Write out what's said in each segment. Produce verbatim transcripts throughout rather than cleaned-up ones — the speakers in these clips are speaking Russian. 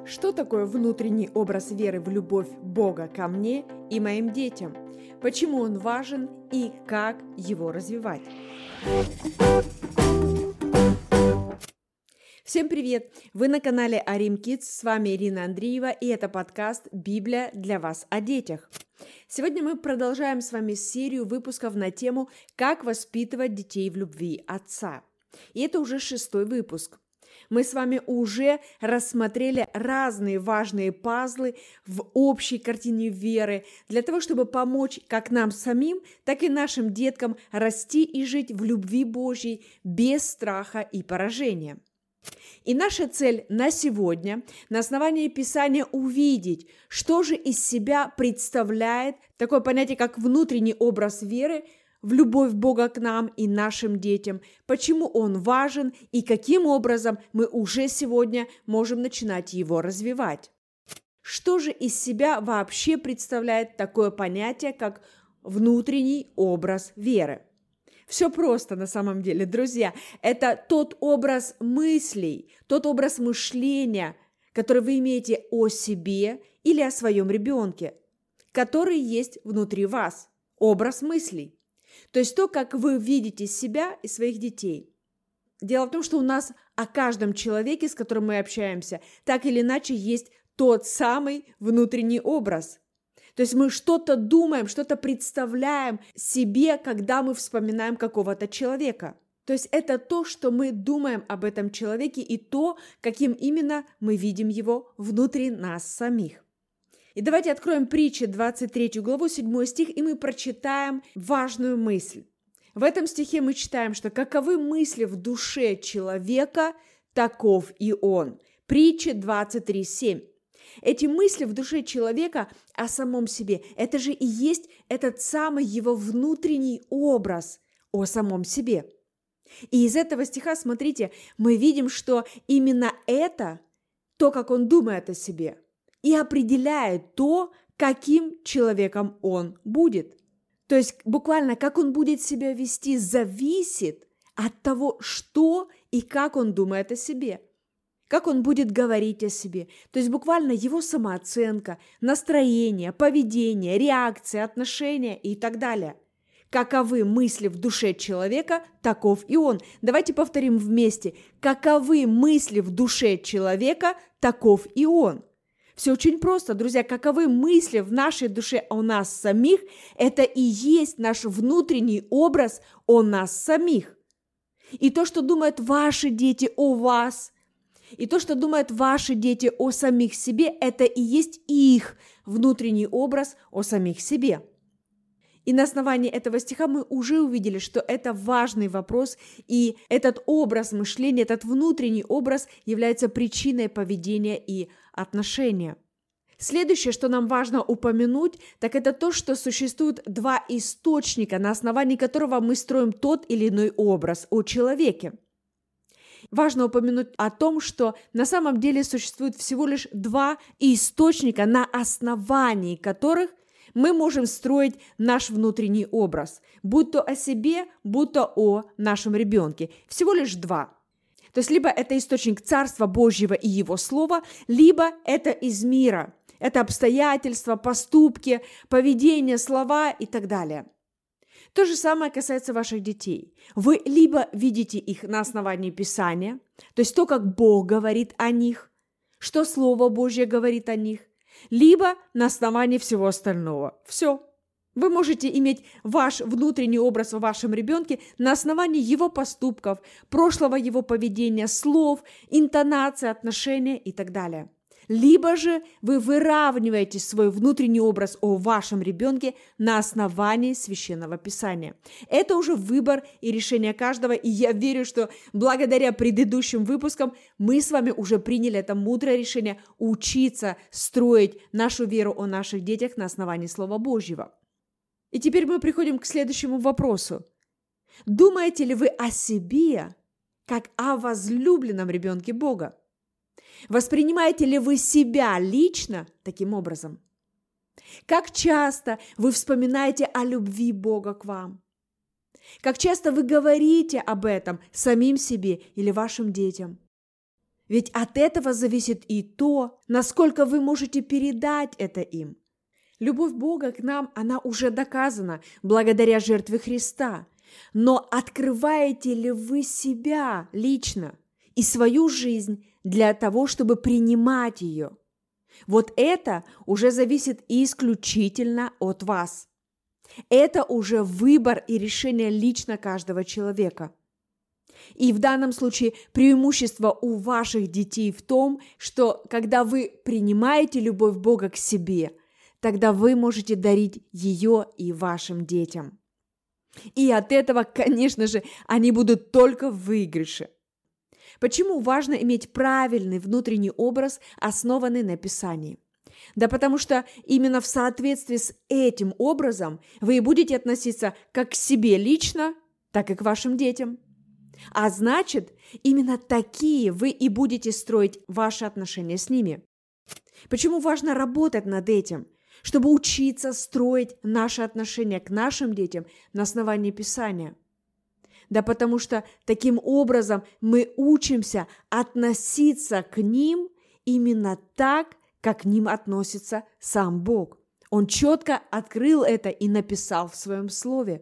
Что такое внутренний образ веры в любовь Бога ко мне и моим детям? Почему он важен и как его развивать? Всем привет! Вы на канале Арим Kids, с вами Ирина Андреева, и это подкаст «Библия для вас о детях». Сегодня мы продолжаем с вами серию выпусков на тему «Как воспитывать детей в любви Отца». И это уже шестой выпуск. Мы с вами уже рассмотрели разные важные пазлы в общей картине веры для того, чтобы помочь как нам самим, так и нашим деткам расти и жить в любви Божьей без страха и поражения. И наша цель на сегодня на основании Писания увидеть, что же из себя представляет такое понятие, как внутренний образ веры в любовь Бога к нам и нашим детям, почему он важен и каким образом мы уже сегодня можем начинать его развивать. Что же из себя вообще представляет такое понятие, как внутренний образ веры? Все просто на самом деле, друзья. Это тот образ мыслей, тот образ мышления, который вы имеете о себе или о своем ребенке, который есть внутри вас. Образ мыслей. То есть то, как вы видите себя и своих детей. Дело в том, что у нас о каждом человеке, с которым мы общаемся, так или иначе есть тот самый внутренний образ. То есть мы что-то думаем, что-то представляем себе, когда мы вспоминаем какого-то человека. То есть это то, что мы думаем об этом человеке и то, каким именно мы видим его внутри нас самих. И давайте откроем Притчи, двадцать третью главу, седьмой стих, и мы прочитаем важную мысль. В этом стихе мы читаем, что каковы мысли в душе человека, таков и он. Притчи двадцать три семь. Эти мысли в душе человека о самом себе, это же и есть этот самый его внутренний образ о самом себе. И из этого стиха, смотрите, мы видим, что именно это, то, как он думает о себе, и определяет то, каким человеком он будет. То есть буквально, как он будет себя вести, зависит от того, что и как он думает о себе. Как он будет говорить о себе. То есть буквально его самооценка, настроение, поведение, реакция, отношения и так далее. Каковы мысли в душе человека, таков и он. Давайте повторим вместе. Каковы мысли в душе человека, таков и он. Все очень просто, друзья. Каковы мысли в нашей душе о нас самих, это и есть наш внутренний образ о нас самих. И то, что думают ваши дети о вас, и то, что думают ваши дети о самих себе, это и есть их внутренний образ о самих себе. И на основании этого стиха мы уже увидели, что это важный вопрос, и этот образ мышления, этот внутренний образ является причиной поведения и отношения. Следующее, что нам важно упомянуть, так это то, что существует два источника, на основании которого мы строим тот или иной образ о человеке. Важно упомянуть о том, что на самом деле существует всего лишь два источника, на основании которых мы можем строить наш внутренний образ, будь то о себе, будь то о нашем ребенке. Всего лишь два. То есть либо это источник Царства Божьего и Его Слова, либо это из мира. Это обстоятельства, поступки, поведение, слова и так далее. То же самое касается ваших детей. Вы либо видите их на основании Писания, то есть то, как Бог говорит о них, что Слово Божье говорит о них, либо на основании всего остального. Все. Вы можете иметь ваш внутренний образ о вашем ребенке на основании его поступков, прошлого его поведения, слов, интонации, отношения и так далее. Либо же вы выравниваете свой внутренний образ о вашем ребенке на основании Священного Писания. Это уже выбор и решение каждого, и я верю, что благодаря предыдущим выпускам мы с вами уже приняли это мудрое решение учиться строить нашу веру о наших детях на основании Слова Божьего. И теперь мы приходим к следующему вопросу. Думаете ли вы о себе, как о возлюбленном ребенке Бога? Воспринимаете ли вы себя лично таким образом? Как часто вы вспоминаете о любви Бога к вам? Как часто вы говорите об этом самим себе или вашим детям? Ведь от этого зависит и то, насколько вы можете передать это им. Любовь Бога к нам, она уже доказана благодаря жертве Христа. Но открываете ли вы себя лично и свою жизнь для того, чтобы принимать ее? Вот это уже зависит исключительно от вас. Это уже выбор и решение лично каждого человека. И в данном случае преимущество у ваших детей в том, что когда вы принимаете любовь Бога к себе, тогда вы можете дарить ее и вашим детям. И от этого, конечно же, они будут только в выигрыше. Почему важно иметь правильный внутренний образ, основанный на Писании? Да потому что именно в соответствии с этим образом вы и будете относиться как к себе лично, так и к вашим детям. А значит, именно такие вы и будете строить ваши отношения с ними. Почему важно работать над этим? Чтобы учиться строить наши отношения к нашим детям на основании Писания. Да потому что таким образом мы учимся относиться к ним именно так, как к ним относится сам Бог. Он четко открыл это и написал в своем слове.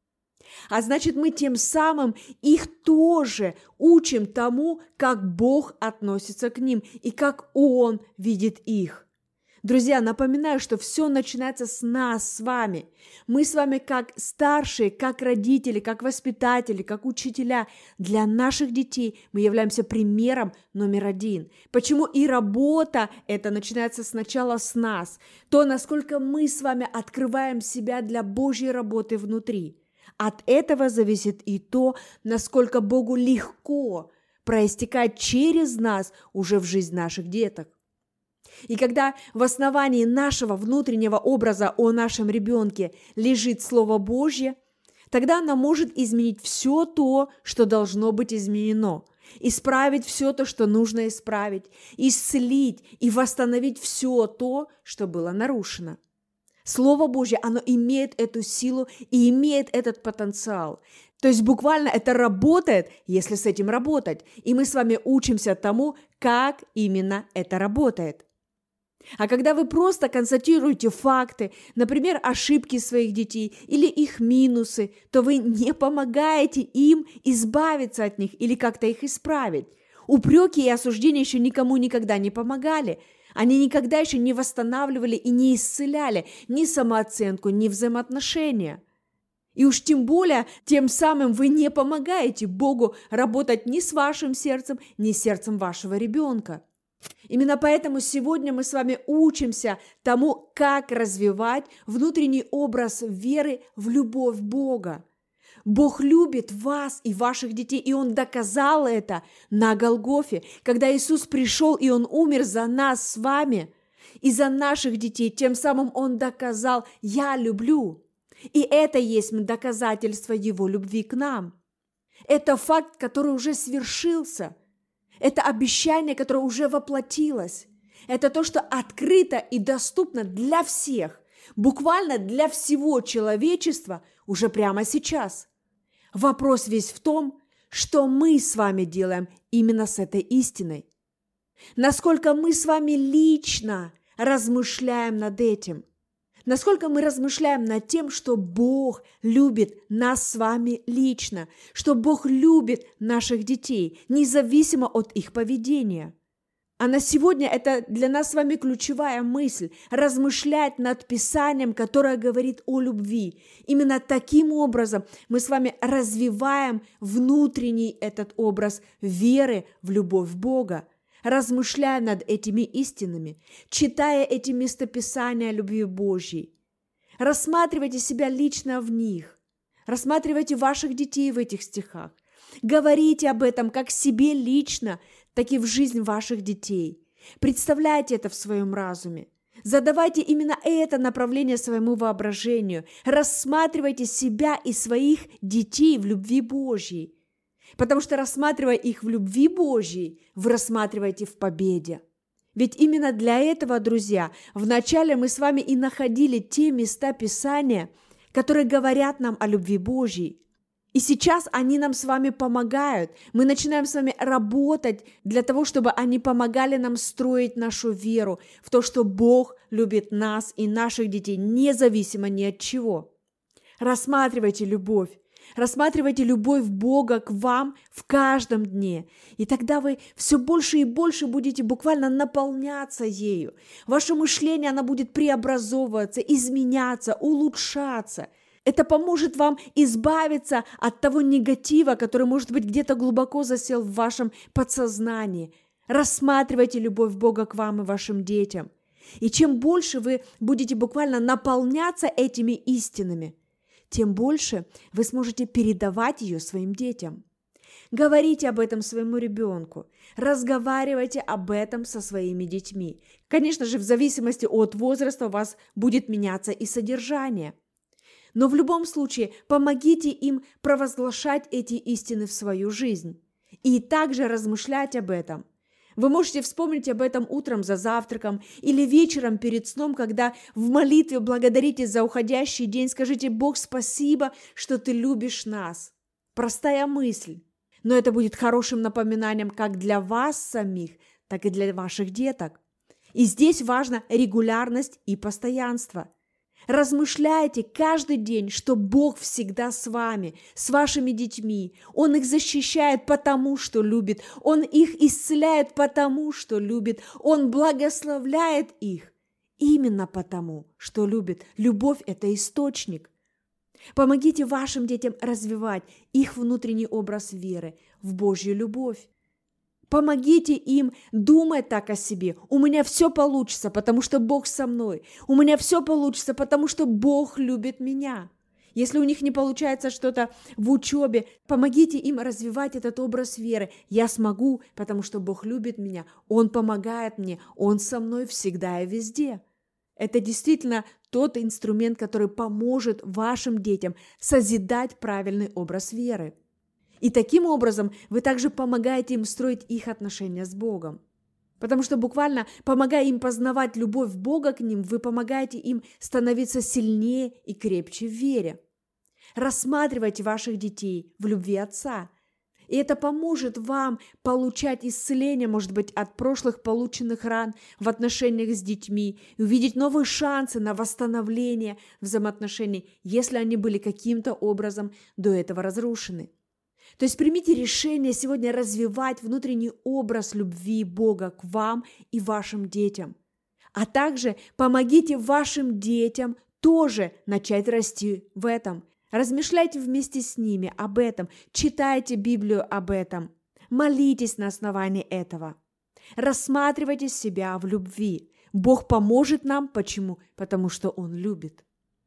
А значит, мы тем самым их тоже учим тому, как Бог относится к ним и как Он видит их. Друзья, напоминаю, что все начинается с нас, с вами. Мы с вами как старшие, как родители, как воспитатели, как учителя. Для наших детей мы являемся примером номер один. Почему и работа это начинается сначала с нас. То, насколько мы с вами открываем себя для Божьей работы внутри. От этого зависит и то, насколько Богу легко проистекать через нас уже в жизнь наших деток. И когда в основании нашего внутреннего образа о нашем ребенке лежит Слово Божье, тогда оно может изменить все то, что должно быть изменено, исправить все то, что нужно исправить, исцелить и восстановить все то, что было нарушено. Слово Божье, оно имеет эту силу и имеет этот потенциал. То есть буквально это работает, если с этим работать. И мы с вами учимся тому, как именно это работает. А когда вы просто констатируете факты, например, ошибки своих детей или их минусы, то вы не помогаете им избавиться от них или как-то их исправить. Упреки и осуждения еще никому никогда не помогали. Они никогда еще не восстанавливали и не исцеляли ни самооценку, ни взаимоотношения. И уж тем более, тем самым вы не помогаете Богу работать ни с вашим сердцем, ни с сердцем вашего ребенка. Именно поэтому сегодня мы с вами учимся тому, как развивать внутренний образ веры в любовь Бога. Бог любит вас и ваших детей, и Он доказал это на Голгофе, когда Иисус пришел, и Он умер за нас с вами и за наших детей. Тем самым Он доказал: «Я люблю». И это есть доказательство Его любви к нам. Это факт, который уже свершился. Это обещание, которое уже воплотилось. Это то, что открыто и доступно для всех, буквально для всего человечества уже прямо сейчас. Вопрос весь в том, что мы с вами делаем именно с этой истиной. Насколько мы с вами лично размышляем над этим. Насколько мы размышляем над тем, что Бог любит нас с вами лично, что Бог любит наших детей, независимо от их поведения. А на сегодня это для нас с вами ключевая мысль – размышлять над Писанием, которое говорит о любви. Именно таким образом мы с вами развиваем внутренний этот образ веры в любовь Бога. Размышляя над этими истинами, читая эти местописания любви Божьей. Рассматривайте себя лично в них. Рассматривайте ваших детей в этих стихах. Говорите об этом как себе лично, так и в жизнь ваших детей. Представляйте это в своем разуме. Задавайте именно это направление своему воображению. Рассматривайте себя и своих детей в любви Божьей. Потому что, рассматривая их в любви Божьей, вы рассматриваете в победе. Ведь именно для этого, друзья, вначале мы с вами и находили те места Писания, которые говорят нам о любви Божьей. И сейчас они нам с вами помогают. Мы начинаем с вами работать для того, чтобы они помогали нам строить нашу веру в то, что Бог любит нас и наших детей, независимо ни от чего. Рассматривайте любовь. Рассматривайте любовь Бога к вам в каждом дне. И тогда вы все больше и больше будете буквально наполняться ею. Ваше мышление, оно будет преобразовываться, изменяться, улучшаться. Это поможет вам избавиться от того негатива, который, может быть, где-то глубоко засел в вашем подсознании. Рассматривайте любовь Бога к вам и вашим детям. И чем больше вы будете буквально наполняться этими истинами, тем больше вы сможете передавать ее своим детям. Говорите об этом своему ребенку, разговаривайте об этом со своими детьми. Конечно же, в зависимости от возраста у вас будет меняться и содержание. Но в любом случае помогите им провозглашать эти истины в свою жизнь и также размышлять об этом. Вы можете вспомнить об этом утром за завтраком или вечером перед сном, когда в молитве благодарите за уходящий день, скажите: «Бог, спасибо, что Ты любишь нас». Простая мысль, но это будет хорошим напоминанием как для вас самих, так и для ваших деток. И здесь важна регулярность и постоянство. Размышляйте каждый день, что Бог всегда с вами, с вашими детьми. Он их защищает потому, что любит. Он их исцеляет потому, что любит. Он благословляет их именно потому, что любит. Любовь – это источник. Помогите вашим детям развивать их внутренний образ веры в Божью любовь. Помогите им думать так о себе. У меня все получится, потому что Бог со мной. У меня все получится, потому что Бог любит меня. Если у них не получается что-то в учебе, помогите им развивать этот образ веры. Я смогу, потому что Бог любит меня. Он помогает мне. Он со мной всегда и везде. Это действительно тот инструмент, который поможет вашим детям созидать правильный образ веры. И таким образом вы также помогаете им строить их отношения с Богом. Потому что буквально помогая им познавать любовь Бога к ним, вы помогаете им становиться сильнее и крепче в вере. Рассматривайте ваших детей в любви Отца. И это поможет вам получать исцеление, может быть, от прошлых полученных ран в отношениях с детьми, и увидеть новые шансы на восстановление взаимоотношений, если они были каким-то образом до этого разрушены. То есть примите решение сегодня развивать внутренний образ любви Бога к вам и вашим детям. А также помогите вашим детям тоже начать расти в этом. Размышляйте вместе с ними об этом, читайте Библию об этом, молитесь на основании этого. Рассматривайте себя в любви. Бог поможет нам. Почему? Потому что Он любит.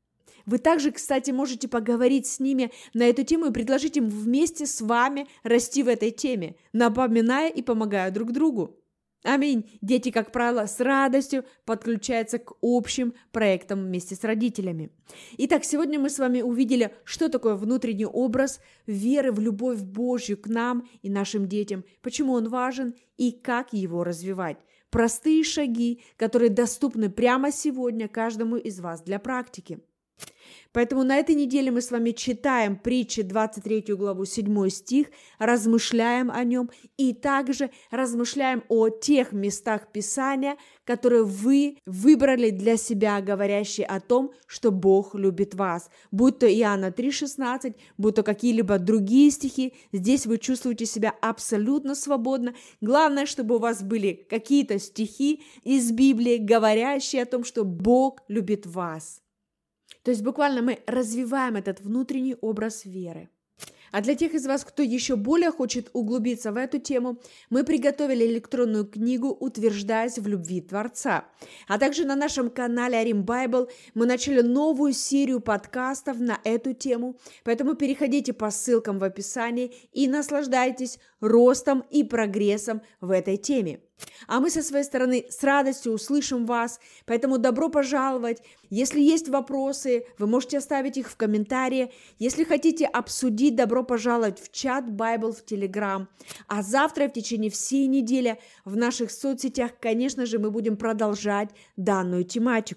Вы также, кстати, можете поговорить с ними на эту тему и предложить им вместе с вами расти в этой теме, напоминая и помогая друг другу. Аминь. Дети, как правило, с радостью подключаются к общим проектам вместе с родителями. Итак, сегодня мы с вами увидели, что такое внутренний образ веры в любовь Божью к нам и нашим детям, почему он важен и как его развивать. Простые шаги, которые доступны прямо сегодня каждому из вас для практики. Поэтому на этой неделе мы с вами читаем притчи двадцать третью главу, седьмой стих, размышляем о нем и также размышляем о тех местах Писания, которые вы выбрали для себя, говорящие о том, что Бог любит вас. Будь то Иоанна три шестнадцать, будь то какие-либо другие стихи, здесь вы чувствуете себя абсолютно свободно. Главное, чтобы у вас были какие-то стихи из Библии, говорящие о том, что Бог любит вас. То есть буквально мы развиваем этот внутренний образ веры. А для тех из вас, кто еще более хочет углубиться в эту тему, мы приготовили электронную книгу «Утверждаясь в любви Творца». А также на нашем канале Арим Байбл мы начали новую серию подкастов на эту тему, поэтому переходите по ссылкам в описании и наслаждайтесь ростом и прогрессом в этой теме. А мы со своей стороны с радостью услышим вас, поэтому добро пожаловать. Если есть вопросы, вы можете оставить их в комментарии. Если хотите обсудить, добро пожаловать в чат Байбл в Telegram. А завтра в течение всей недели в наших соцсетях, конечно же, мы будем продолжать данную тематику.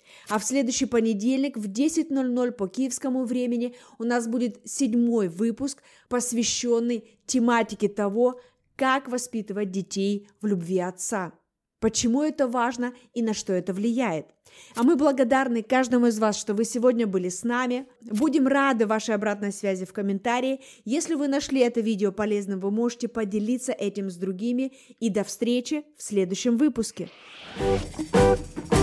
А в следующий понедельник в десять ноль ноль по киевскому времени у нас будет седьмой выпуск, посвященный тематике того, как воспитывать детей в любви Отца. Почему это важно и на что это влияет. А мы благодарны каждому из вас, что вы сегодня были с нами. Будем рады вашей обратной связи в комментарии. Если вы нашли это видео полезным, вы можете поделиться этим с другими. И до встречи в следующем выпуске.